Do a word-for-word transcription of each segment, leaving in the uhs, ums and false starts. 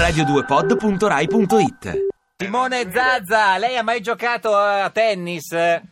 radio due pod punto rai punto it. Simone Zazza, lei ha mai giocato a tennis?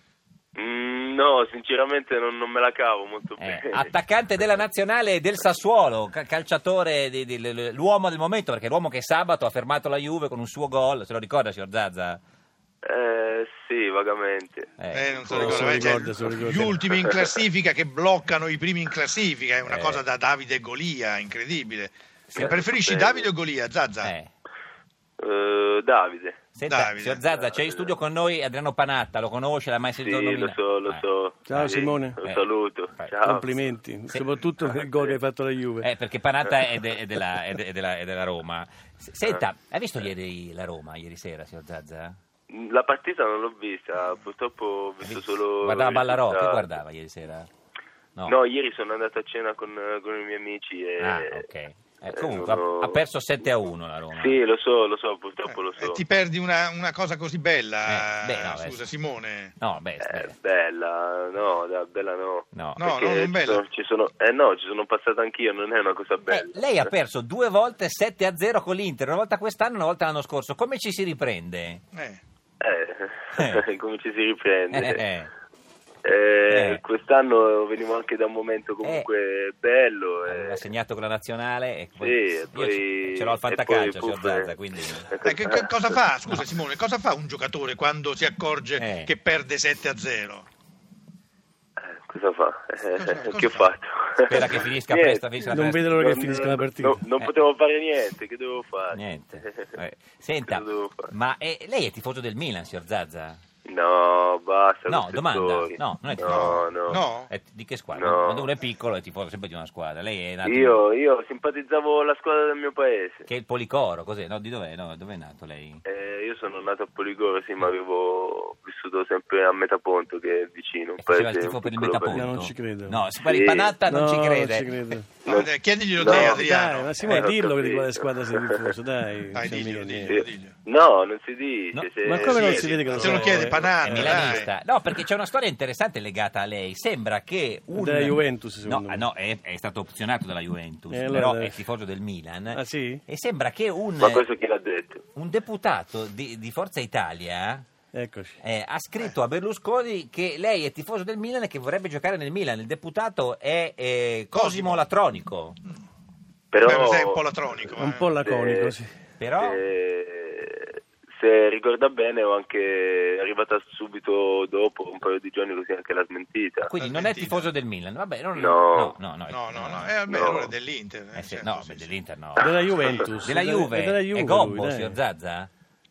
Mm, no, sinceramente non, non me la cavo molto Eh, bene. attaccante della nazionale del Sassuolo, ca- calciatore, di, di- l- l'uomo del momento, perché l'uomo che sabato ha fermato la Juve con un suo gol, se lo ricorda, signor Zazza? Eh, sì, vagamente. Eh, Eh, non so Non ricorda, se lo eh, ricorda, cioè, se lo ricorda. gli ultimi in classifica che bloccano i primi in classifica, è una Eh. cosa da Davide e Golia, incredibile. Sì. Preferisci Bene. Davide o Golia, Zazza? eh. Eh, Davide. Senta, Davide. signor Zazza, c'è in studio con noi Adriano Panatta, lo conosce, l'ha mai Sì, sentito lo nominare? so, lo Eh. so. Ciao, Sì, Simone. Lo Eh. saluto. Eh. Ciao. Complimenti, soprattutto per il gol che hai fatto alla Juve. Eh, perché Panatta è, de- è della, è de- è della- è della Roma. S- Senta, hai visto ieri la Roma, ieri sera, signor Zazza? La partita non l'ho vista, purtroppo ho visto solo... Guardava il Ballarò, che risultato. guardava ieri sera? No, ieri sono andato a cena con, con i miei amici e... Ah, ok. Eh, comunque sono- ha, ha perso sette a uno la Roma. Sì, lo so, lo so, purtroppo lo E so. ti perdi una, una cosa così bella, Eh, beh, no, scusa beh, Simone. No, beh, Eh, beh, bella, no, da, bella no. no. No, Perché no, non ci bella. sono- ci sono, eh no, ci sono passato anch'io, non è una cosa Eh, bella. lei ha perso due volte sette a zero con l'Inter, una volta quest'anno, una volta l'anno scorso. Come ci si riprende? Eh. Eh, come ci si riprende? Eh, Eh, Eh. Quest'anno venivo anche da un momento comunque bello. aveva eh. segnato con la nazionale e poi, Sì, e io poi- ce, ce l'ho al e poi fantacalcio, signor puffe. Zazza, quindi... Eh, che, che cosa fa, scusa Simone, cosa fa un giocatore quando si accorge Eh. che perde sette a zero? Eh, cosa fa? Eh, Cosa- che cosa ho fa? fatto? Spera che finisca Niente. presto, finisca Non presto. vedo l'ora che Non- finisca la partita. no, non Eh. potevo fare niente, che dovevo fare? Niente. Eh, Senta, Cosa devo fare? ma eh, lei è tifoso del Milan, signor Zazza? No, basta. No, queste domanda. storie. No, non è no, tifoso. no. No? Eh, di che squadra? No. Quando uno è piccolo è tifoso sempre di una squadra. Lei è nato in- Io, io simpatizzavo la squadra del mio paese. che è il Policoro, cos'è? No, di dov'è? No, dove è nato lei? Eh, io sono nato a Poligoro, sì, ma avevo vissuto sempre a Metaponto, che è vicino. Un E faceva paese il tifo un per il piccolo Metaponto? No, non ci credo. No, si parla di Sì. Panatta, non No, ci crede. Non ci credo. No, dai, chiediglielo No, te dai, Adriano. Dai, ma Simone, Eh, ho dillo che di capito. quale squadra sei tifoso, dai. Dai, sei diglielo, mica diglielo, niente. diglielo. No, non si dice. No, se- ma come non sì, si vede che lo Se lo so, chiede eh? È Panatta, milanista. dai. No, perché c'è una storia interessante legata a lei. Sembra che un... Della Juventus, secondo no, me. ah, no, è, è stato opzionato dalla Juventus, Eh, allora però deve- è tifoso del Milan. Ah, sì? E sembra che un, Ma questo chi l'ha detto? un deputato di, di Forza Italia Eccoci. eh, ha scritto a Berlusconi che lei è tifoso del Milan e che vorrebbe giocare nel Milan. Il deputato è eh, Cosimo Cosimo. Latronico. Però, Beh, sei un po' latronico. Un eh. po' laconico, Eh, sì. Però... eh, se ricorda bene, ho anche è arrivata subito dopo, un paio di giorni, così anche la smentita. Quindi La non è smentita. tifoso del Milan. Vabbè, non, No. no, no, No, no, no, eh, vabbè, No. allora è dell'Inter. eh, Eh sì, certo, no, sì, beh, sì. dell'Inter no. Della Juventus. Della Juve. È della Juve, È Gobbo, lui, dai. signor Zazza?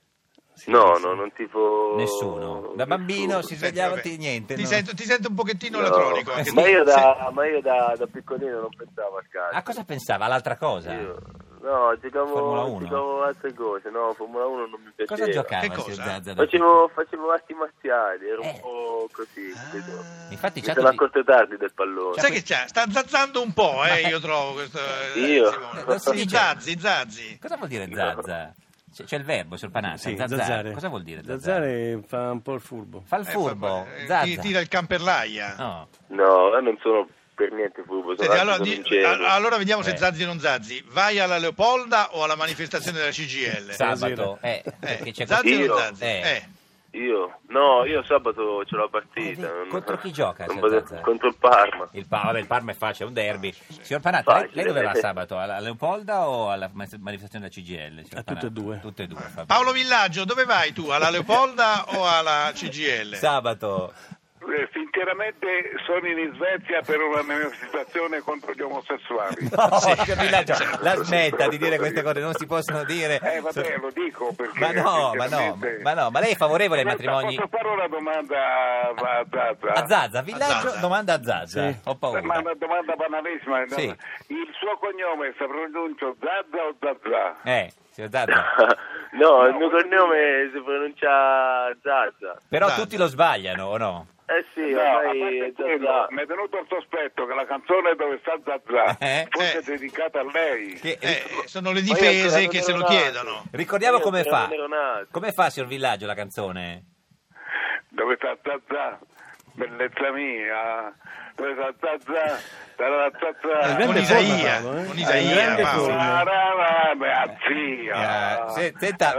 Sì, No, sì. no, non tifo... Nessuno. Da bambino si Senti, svegliava vabbè, ti- niente. Ti, no? sento, ti sento un pochettino No. latronico. Anche Ma tu. io, Sì. da, ma io da, da piccolino non pensavo al calcio. A cosa pensava? All'altra cosa? Io- no, Formula giocavo, uno? giocavo altre cose, no, Formula uno non mi piaceva. Cosa giocava, Che signor cosa? Zazza? da Facevo, facevo arti marziali, ero Eh. un po' così. Ah. capito? Infatti Mi c'ha sono tutti- accorto tardi del pallone. Sai che c'è? Sta zazzando un po', eh, io trovo questo. eh, Io? Simone. Non si Sì, dice- Zazzi, Zazzi. Cosa vuol dire Zazza? C'è, c'è il verbo sul Panatta, Sì, zazzare. zazzare. Cosa vuol dire zazzare? Zazzare fa un po' il furbo. Fa il Eh, furbo, fa- eh, Zazza. ti- Tira il camperlaia. No. No, io non sono per niente furbo, sono Senti, anzi allora, sono di- ingenuo. a- allora vediamo se Eh. Zazzi o non Zazzi. Vai alla Leopolda o alla manifestazione della C G L? Sabato, eh, Eh, perché c'è Zazzi o Io? non Zazzi? Eh. Eh. Io? No, io sabato c'ho la partita. Eh, non- contro chi gioca, non signor potevo- Zazza? Contro il Parma. il, pa- vabbè, il Parma è facile, è un derby. Signor Panatta, lei, Facile. lei dove va sabato? Alla Leopolda o alla ma- manifestazione della C G L? signor A tutte Panatta? e due. Tutte e due. va bene. Paolo Villaggio, dove vai tu? Alla Leopolda o alla C G L? Sabato. Eh, Sinceramente sono in Svezia per una manifestazione contro gli omosessuali. No, signor Villaggio, la smetta di dire queste cose, non si possono dire. Eh vabbè, lo dico perché... Ma no, ma no, sinceramente- ma no, ma lei è favorevole ai Aspetta, matrimoni? Posso fare una domanda a a Zazza? A Zazza, Villaggio, Zazza. domanda a Zazza. Sì. Ho paura. Ma una domanda banalissima. Sì. Il suo cognome si pronuncia Zazza o Zazza? Eh, signor Zazza. No, il mio cognome si pronuncia Zazza. Però Zazza. tutti lo sbagliano, o no? Eh sì, No, a ormai parte è quello, Zazza. mi è venuto il sospetto che la canzone dove sta Zazza Eh? fosse Eh. dedicata a lei. Che- Eh, sono le Ma io difese ancora che non se lo ero nato. chiedono. Ricordiamo Io come ancora fa. non ero nato. Come fa, signor Villaggio, la canzone? Dove sta Zazza? bellezza mia. Zazza, zazza, È un grande Con Isaia, Paolo, eh? con È Isaia, un grande Paolo. Paolo. mia zia. Eh, se- senta.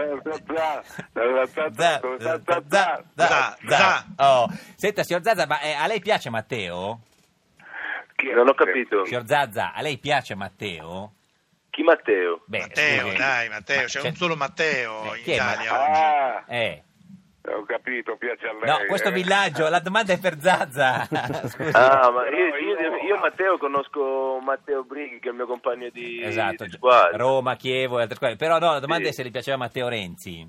Zazza, Za, zazza, za, za, za, za. Oh. Senta, signor Zazza, ma eh, a lei piace Matteo? Chi è Non ho Matteo? capito. Signor Zazza, a lei piace Matteo? Chi Matteo? Beh, Matteo, scusi. dai, Matteo, Ma c'è c'è- un solo Matteo Eh, in chi è Italia Ma- oggi. Ah, Eh. ho capito, piace a lei. No, questo eh. villaggio, la domanda è per Zazza. Scusi. Ah, ma io, No, io, io- io Matteo conosco Matteo Brighi, che è il mio compagno di, Esatto, di squadra. Roma, Chievo e altre cose. Però no, la domanda Sì. è se le piaceva Matteo Renzi.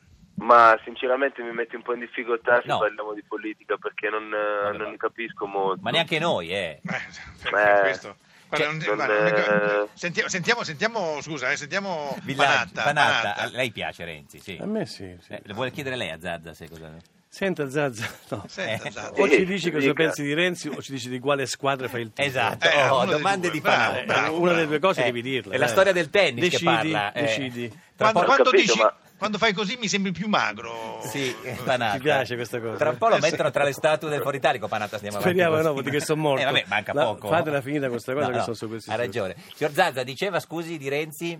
Ma sinceramente mi metti un po' in difficoltà se No. parliamo di politica, perché non, eh, Vabbè, non ma- ne capisco molto. Ma neanche noi, eh. Eh, Eh, questo. Guarda, non- non- guarda, non- eh, sentiamo, sentiamo, sentiamo, scusa, eh, sentiamo Villaggio, Panatta, Panatta. Panatta. A lei piace Renzi, sì. A me sì, sì. Eh, le vuole chiedere lei a Zazza se cosa... Senta Zazza, no. Senta, Eh. Zazza. O Sì, ci dici cosa dica. pensi di Renzi o ci dici di quale squadra fai il tifo. Esatto, Eh, oh, uno dei domande due, di bravo, Panatta. Eh, bravo. una delle due cose Eh, devi dirla. è la dai. storia del tennis decidi, che parla. eh. Decidi. Tra Quando, po'- quando capito, dici, ma- quando fai così mi sembri più magro. Sì, Panatta. Ti piace questa cosa? Tra un po' lo mettono tra le statue del Foro Italico, Panatta, stiamo avanti Speriamo così. no, vuol dire che sono morto. Eh, vabbè, manca La- poco. Fatela finita questa cosa No, che no, sono su questi ha ragione. Signor Zazza, diceva, scusi, di Renzi...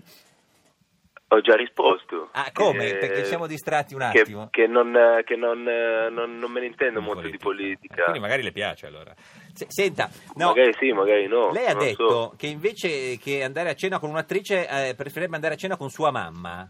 Ho già risposto. Ah, come? Che- Perché ci siamo distratti un che- attimo. Che, non, che non, non- non me ne intendo molto di Eh, politica. Quindi magari le piace allora. Se- senta, no, Magari sì, magari no. lei ha non lo detto so. che invece che andare a cena con un'attrice eh, preferirebbe andare a cena con sua mamma.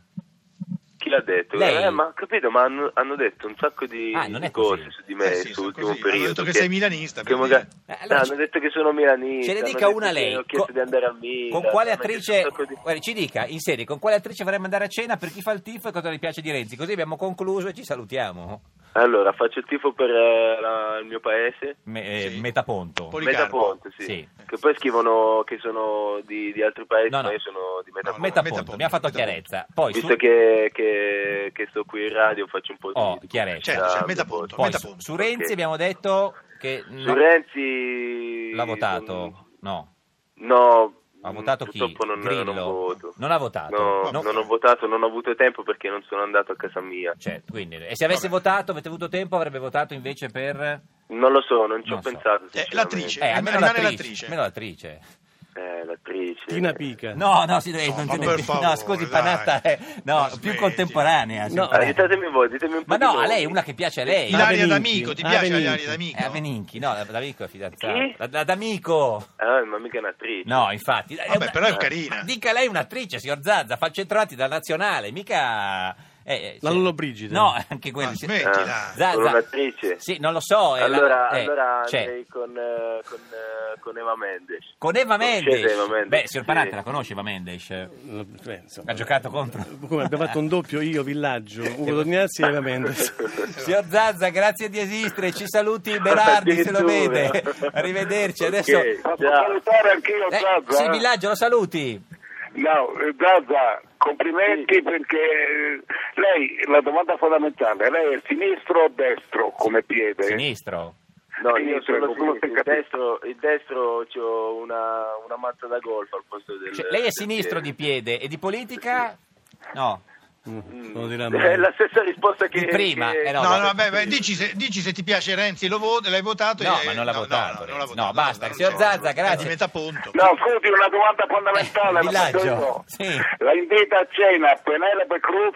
Chi l'ha detto? Lei? Eh, ma capito, ma hanno, hanno detto un sacco di, Ah, non è di cose così. su di me Eh sì, in sono sull'ultimo così. periodo. Hanno detto che sei milanista, che per magari- dire. Eh, Eh, allora hanno ci- detto che sono milanista. Ce ne hanno dica detto una che lei. Ho chiesto Co- di andare a Milan. Con quale hanno detto attrice, un sacco di- guardi, ci dica in serie, con quale attrice vorremmo andare a cena, per chi fa il tifo e cosa le piace di Renzi? Così abbiamo concluso e ci salutiamo. Allora, faccio il tifo per eh, la- il mio paese. Me- eh, Sì. Metaponto. Poli- Policarpo. Metaponto, sì. Sì. Che poi scrivono che sono di, di altri paesi, No, no. ma io sono di Metaponto. Metaponto, Metaponto, mi ha fatto Metaponto. chiarezza. Poi Visto su, che, che, che sto qui in radio faccio un po' di... Oh, di chiarezza. Certo, pubblicità cioè, al mio Metaponto, posto. poi su, Metaponto. su Renzi Ok. abbiamo detto che Su no- Renzi... l'ha votato. sono- No, No. ha mh, votato chi? Purtroppo non, Grillo? non voto. Non ha votato. No, No. non ho votato, non ho avuto tempo perché non sono andato a casa mia. Certo, quindi, e se avesse votato, avete avuto tempo, avrebbe votato invece per... Non lo so, non ci Non ho so. pensato. Eh, sinceramente. l'attrice. Eh, almeno rimane l'attrice. l'attrice. Almeno l'attrice. Eh, l'attrice. Tina Pica. No, no, sì, eh, No, non ma ce ne- per favore, no, scusi, dai. Panatta è no, Ma più smetti. contemporanea. sì. No. Ah, ditemi voi, ditemi un po' Ma di no, a nomi. lei una che piace a lei. Ilaria Aveninchi. D'Amico, ti piace Aveninchi. Ilaria D'Amico? Eh, Aveninchi, no, la- D'Amico è fidanzata. Chi? La, la D'Amico. Ah, ma mica è un'attrice. No, infatti. È Vabbè, una- però è carina. Ma dica lei un'attrice, signor Zazza, fa centrati dal nazionale, mica... eh, La cioè- Lollobrigida. No, anche Ma quelli. sì. smettila. Ah, Zazza. con un'attrice. Sì, non lo so. è la- Allora, eh, allora c'è. andrei con, eh, con, eh, con Eva Mendes. Con Eva Conoscete Mendes. Eva Mendes? Beh, signor Panatta, Sì. la conosce Eva Mendes? No, beh, insomma. Ha giocato contro... Come abbiamo fatto un doppio io, Villaggio, Ugo Tognazzi e Eva Mendes. Signor Zazza, grazie di esistere, ci saluti Berardi se lo vede. Addirittura. Arrivederci. Ok, Adesso Posso ciao. salutare anch'io eh, Zazza? sì, Villaggio, lo saluti. No, eh, Zazza, complimenti perché eh, lei, la domanda fondamentale, lei è sinistro o destro come piede? Sinistro. No, io Sinistro, sono qualcuno sinistro. si Il capisce. destro, il destro c'ho una, una mazza da golf al posto del... Cioè, lei è del sinistro di piede. piede e di politica? No. Mm, non lo dirà È mai. la stessa risposta che... Di prima, che- eh, No, no, no, ma- vabbè, beh, dici, se, dici se ti piace Renzi, lo voti, l'hai votato? No, e- ma non l'ha no, votato, No, no, non l'ha Renzi. votato. No, basta. non Signor c'è. Zazza, grazie. Eh, Diventa punto. No, scusi, una domanda fondamentale. Eh, la Villaggio, faccio io. sì. La invita a cena Penelope Cruz,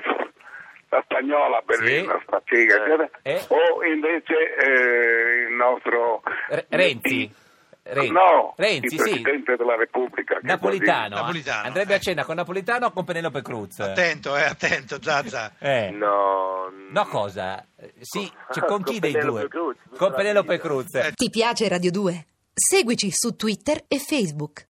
la spagnola bellina, Sì. sta figa, eccetera, Eh? o invece eh, il nostro... Re- Renzi. Renzi. No, Renzi, il sì. Presidente della Repubblica. che Napolitano. vuol dire? Napolitano, Andrebbe a eh. cena con Napolitano o con Penelope Cruz? Attento, eh, attento, Zazza. Eh. No... No, cosa? Eh, Sì, cioè, con chi Con dei Penelope due? Cruz, Con tutta la Penelope vita. Cruz. Eh, Ti piace Radio due? Seguici su Twitter e Facebook.